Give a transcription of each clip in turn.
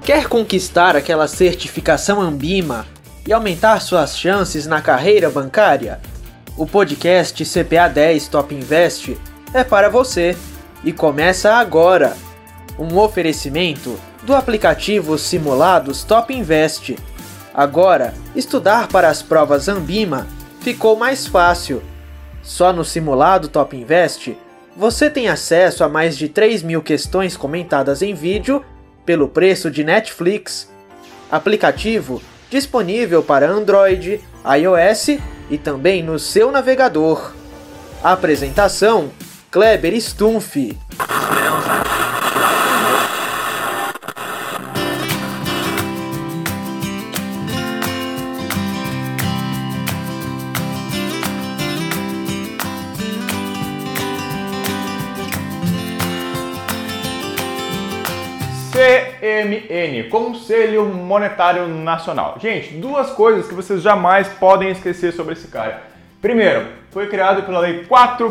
Quer conquistar aquela certificação Anbima e aumentar suas chances na carreira bancária? O podcast CPA 10 Top Invest é para você e começa agora. Um oferecimento do aplicativo Simulados Top Invest. Agora, estudar para as provas Anbima ficou mais fácil. Só no Simulado Top Invest, você tem acesso a mais de 3.000 questões comentadas em vídeo pelo preço de Netflix. Aplicativo disponível para Android, iOS e também no seu navegador. Apresentação: Kleber Stumpf. CMN, Conselho Monetário Nacional. Gente, duas coisas que vocês jamais podem esquecer sobre esse cara. Primeiro, foi criado pela Lei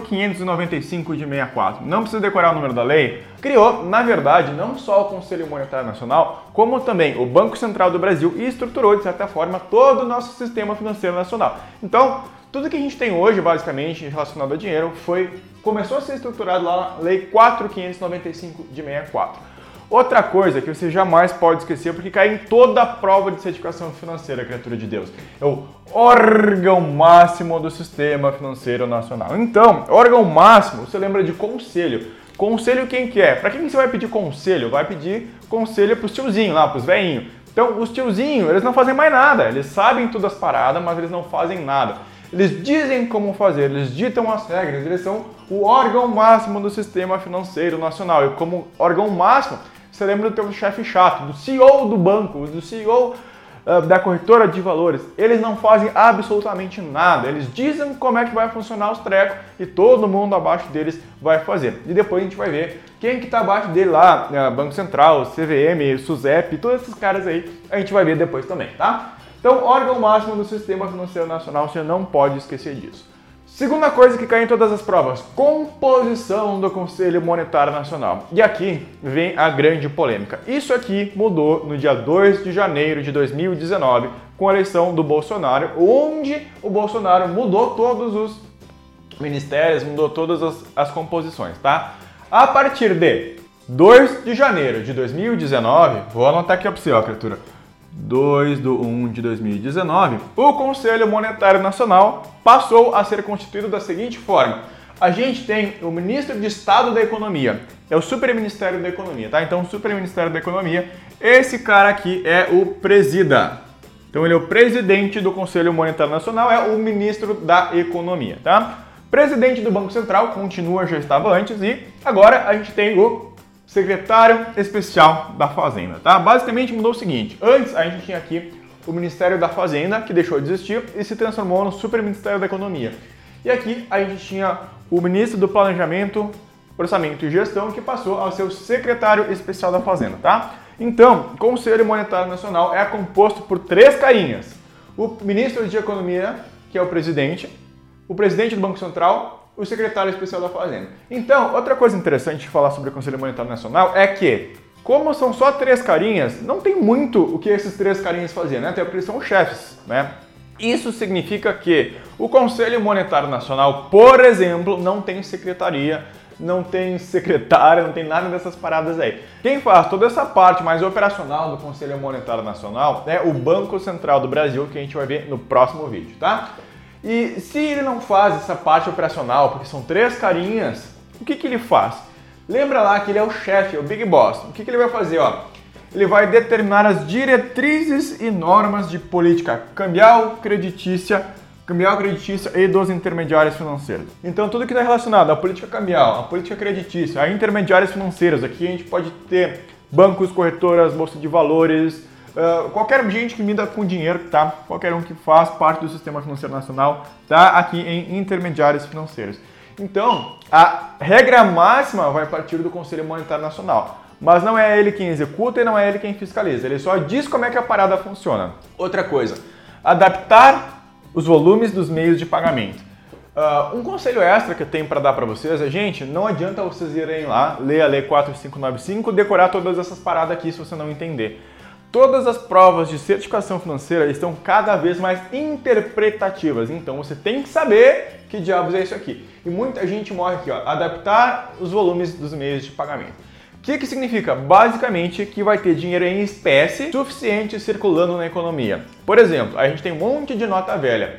4.595 de 64. Não precisa decorar o número da lei. Criou, na verdade, não só o Conselho Monetário Nacional, como também o Banco Central do Brasil e estruturou, de certa forma, todo o nosso sistema financeiro nacional. Então, tudo que a gente tem hoje, basicamente, relacionado a dinheiro, começou a ser estruturado lá na Lei 4.595 de 64. Outra coisa que você jamais pode esquecer, porque cai em toda a prova de certificação financeira, criatura de Deus, é o órgão máximo do sistema financeiro nacional. Então, órgão máximo, você lembra de conselho. Conselho quem que é? Para quem você vai pedir conselho? Vai pedir conselho para os tiozinhos lá, para os velhinhos. Então, os tiozinhos, eles não fazem mais nada. Eles sabem todas as paradas, mas eles não fazem nada. Eles dizem como fazer, eles ditam as regras, eles são o órgão máximo do sistema financeiro nacional. E como órgão máximo, você lembra do teu chefe chato, do CEO do banco, do CEO da corretora de valores. Eles não fazem absolutamente nada. Eles dizem como é que vai funcionar os trecos e todo mundo abaixo deles vai fazer. E depois a gente vai ver quem que está abaixo dele lá, Banco Central, CVM, SUSEP, todos esses caras aí, a gente vai ver depois também, tá? Então, órgão máximo do Sistema Financeiro Nacional, você não pode esquecer disso. Segunda coisa que cai em todas as provas, composição do Conselho Monetário Nacional. E aqui vem a grande polêmica. Isso aqui mudou no dia 2 de janeiro de 2019, com a eleição do Bolsonaro, onde o Bolsonaro mudou todos os ministérios, mudou todas as composições, tá? A partir de 2 de janeiro de 2019, vou anotar aqui para você, ó, criatura. 2/1/2019, o Conselho Monetário Nacional passou a ser constituído da seguinte forma. A gente tem o Ministro de Estado da Economia, é o Superministério da Economia, tá? Então, o Superministério da Economia, esse cara aqui é o presida. Então, ele é o presidente do Conselho Monetário Nacional, é o Ministro da Economia, tá? Presidente do Banco Central, continua, já estava antes, e agora a gente tem o Secretário Especial da Fazenda, tá? Basicamente mudou o seguinte, antes a gente tinha aqui o Ministério da Fazenda, que deixou de existir e se transformou no Superministério da Economia. E aqui a gente tinha o Ministro do Planejamento, Orçamento e Gestão, que passou ao ser o Secretário Especial da Fazenda, tá? Então, o Conselho Monetário Nacional é composto por 3 carinhas. O Ministro de Economia, que é o Presidente do Banco Central, o secretário especial da Fazenda. Então, outra coisa interessante de falar sobre o Conselho Monetário Nacional é que, como são só 3 carinhas, não tem muito o que esses 3 carinhas faziam, né? Até porque eles são chefes, né? Isso significa que o Conselho Monetário Nacional, por exemplo, não tem secretaria, não tem secretária, não tem nada dessas paradas aí. Quem faz toda essa parte mais operacional do Conselho Monetário Nacional é o Banco Central do Brasil, que a gente vai ver no próximo vídeo, tá? E se ele não faz essa parte operacional, porque são 3 carinhas, o que ele faz? Lembra lá que ele é o chefe, o Big Boss. O que ele vai fazer? Ó? Ele vai determinar as diretrizes e normas de política cambial, creditícia e dos intermediários financeiros. Então tudo que está relacionado à política cambial, à política creditícia, a intermediários financeiros, aqui a gente pode ter bancos, corretoras, bolsa de valores, qualquer gente que lida com dinheiro, tá? Qualquer um que faz parte do sistema financeiro nacional tá aqui em intermediários financeiros. Então, a regra máxima vai partir do Conselho Monetário Nacional, mas não é ele quem executa e não é ele quem fiscaliza, ele só diz como é que a parada funciona. Outra coisa, adaptar os volumes dos meios de pagamento. Um conselho extra que eu tenho para dar para vocês é, gente, não adianta vocês irem lá, ler a Lei 4595, decorar todas essas paradas aqui se você não entender. Todas as provas de certificação financeira estão cada vez mais interpretativas, então você tem que saber que diabos é isso aqui. E muita gente morre aqui, ó, adaptar os volumes dos meios de pagamento. O que significa? Basicamente que vai ter dinheiro em espécie suficiente circulando na economia. Por exemplo, a gente tem um monte de nota velha.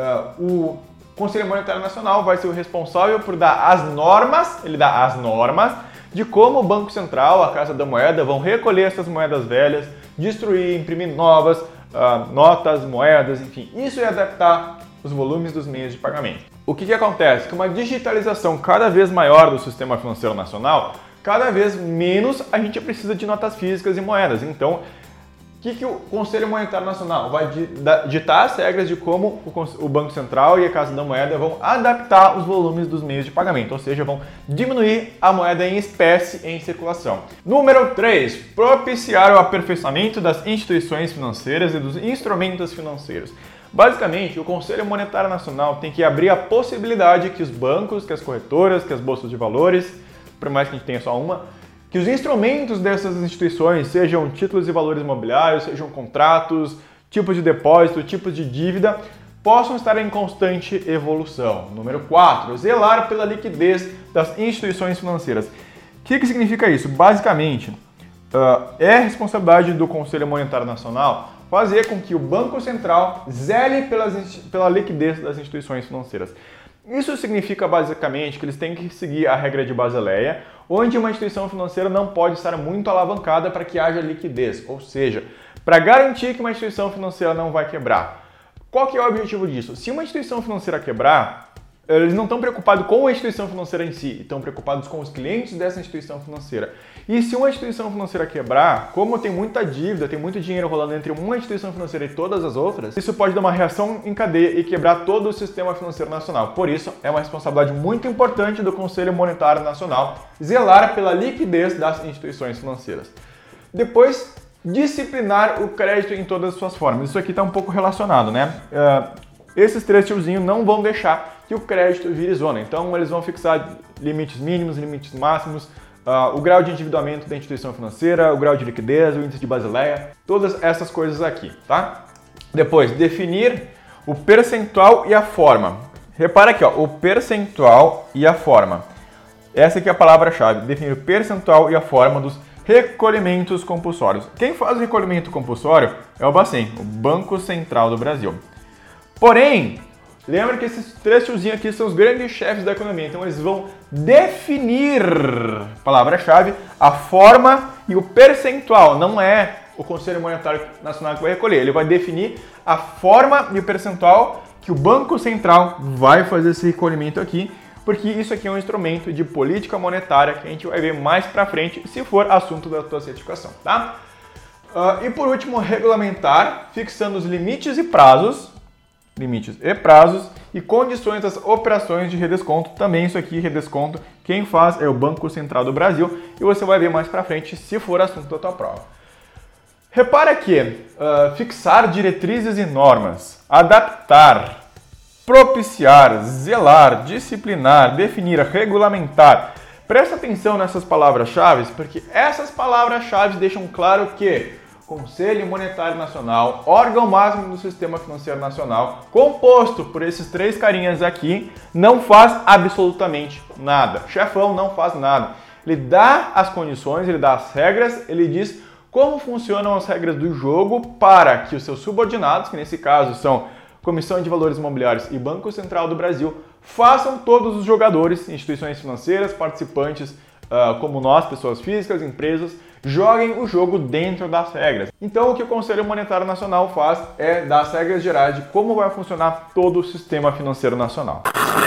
O Conselho Monetário Nacional vai ser o responsável por dar as normas, ele dá as normas de como o Banco Central, a Casa da Moeda, vão recolher essas moedas velhas, destruir, imprimir novas notas, moedas, enfim. Isso é adaptar os volumes dos meios de pagamento. O que acontece? Com uma digitalização cada vez maior do sistema financeiro nacional, cada vez menos a gente precisa de notas físicas e moedas. Então, o que o Conselho Monetário Nacional vai ditar as regras de como o Banco Central e a Casa da Moeda vão adaptar os volumes dos meios de pagamento, ou seja, vão diminuir a moeda em espécie em circulação. Número 3. Propiciar o aperfeiçoamento das instituições financeiras e dos instrumentos financeiros. Basicamente, o Conselho Monetário Nacional tem que abrir a possibilidade que os bancos, que as corretoras, que as bolsas de valores, por mais que a gente tenha só uma, que os instrumentos dessas instituições, sejam títulos e valores imobiliários, sejam contratos, tipos de depósito, tipos de dívida, possam estar em constante evolução. Número 4. Zelar pela liquidez das instituições financeiras. O que significa isso? Basicamente, é responsabilidade do Conselho Monetário Nacional fazer com que o Banco Central zele pela liquidez das instituições financeiras. Isso significa basicamente que eles têm que seguir a regra de Basileia, onde uma instituição financeira não pode estar muito alavancada para que haja liquidez, ou seja, para garantir que uma instituição financeira não vai quebrar. Qual que é o objetivo disso? Se uma instituição financeira quebrar, eles não estão preocupados com a instituição financeira em si, estão preocupados com os clientes dessa instituição financeira. E se uma instituição financeira quebrar, como tem muita dívida, tem muito dinheiro rolando entre uma instituição financeira e todas as outras, isso pode dar uma reação em cadeia e quebrar todo o sistema financeiro nacional. Por isso, é uma responsabilidade muito importante do Conselho Monetário Nacional zelar pela liquidez das instituições financeiras. Depois, disciplinar o crédito em todas as suas formas. Isso aqui está um pouco relacionado, né? Esses três tiozinhos não vão deixar que o crédito vire zona. Então, eles vão fixar limites mínimos, limites máximos, o grau de endividamento da instituição financeira, o grau de liquidez, o índice de Basileia, todas essas coisas aqui, tá? Depois, definir o percentual e a forma. Repara aqui, ó, o percentual e a forma. Essa aqui é a palavra-chave, definir o percentual e a forma dos recolhimentos compulsórios. Quem faz o recolhimento compulsório é o Bacen, o Banco Central do Brasil. Porém, lembra que esses três tiozinhos aqui são os grandes chefes da economia, então eles vão definir, palavra-chave, a forma e o percentual. Não é o Conselho Monetário Nacional que vai recolher, ele vai definir a forma e o percentual que o Banco Central vai fazer esse recolhimento aqui, porque isso aqui é um instrumento de política monetária que a gente vai ver mais pra frente, se for assunto da tua certificação, tá? E por último, regulamentar, fixando os limites e prazos e condições das operações de redesconto. Também isso aqui, redesconto, quem faz é o Banco Central do Brasil e você vai ver mais pra frente se for assunto da tua prova. Repara que fixar diretrizes e normas, adaptar, propiciar, zelar, disciplinar, definir, regulamentar. Presta atenção nessas palavras-chave, porque essas palavras-chave deixam claro que Conselho Monetário Nacional, órgão máximo do Sistema Financeiro Nacional, composto por esses três carinhas aqui, não faz absolutamente nada. Chefão não faz nada. Ele dá as condições, ele dá as regras, ele diz como funcionam as regras do jogo para que os seus subordinados, que nesse caso são Comissão de Valores Imobiliários e Banco Central do Brasil, façam todos os jogadores, instituições financeiras, participantes, como nós, pessoas físicas, empresas, joguem o jogo dentro das regras. Então, o que o Conselho Monetário Nacional faz é dar as regras gerais de como vai funcionar todo o sistema financeiro nacional.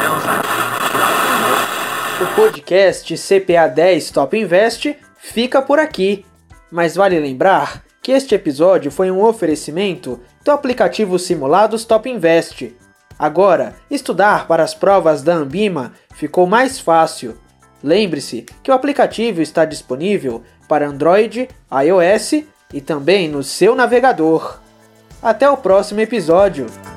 O podcast CPA 10 Top Invest fica por aqui, mas vale lembrar que este episódio foi um oferecimento do aplicativo Simulados Top Invest. Agora, estudar para as provas da Anbima ficou mais fácil. Lembre-se que o aplicativo está disponível para Android, iOS e também no seu navegador. Até o próximo episódio!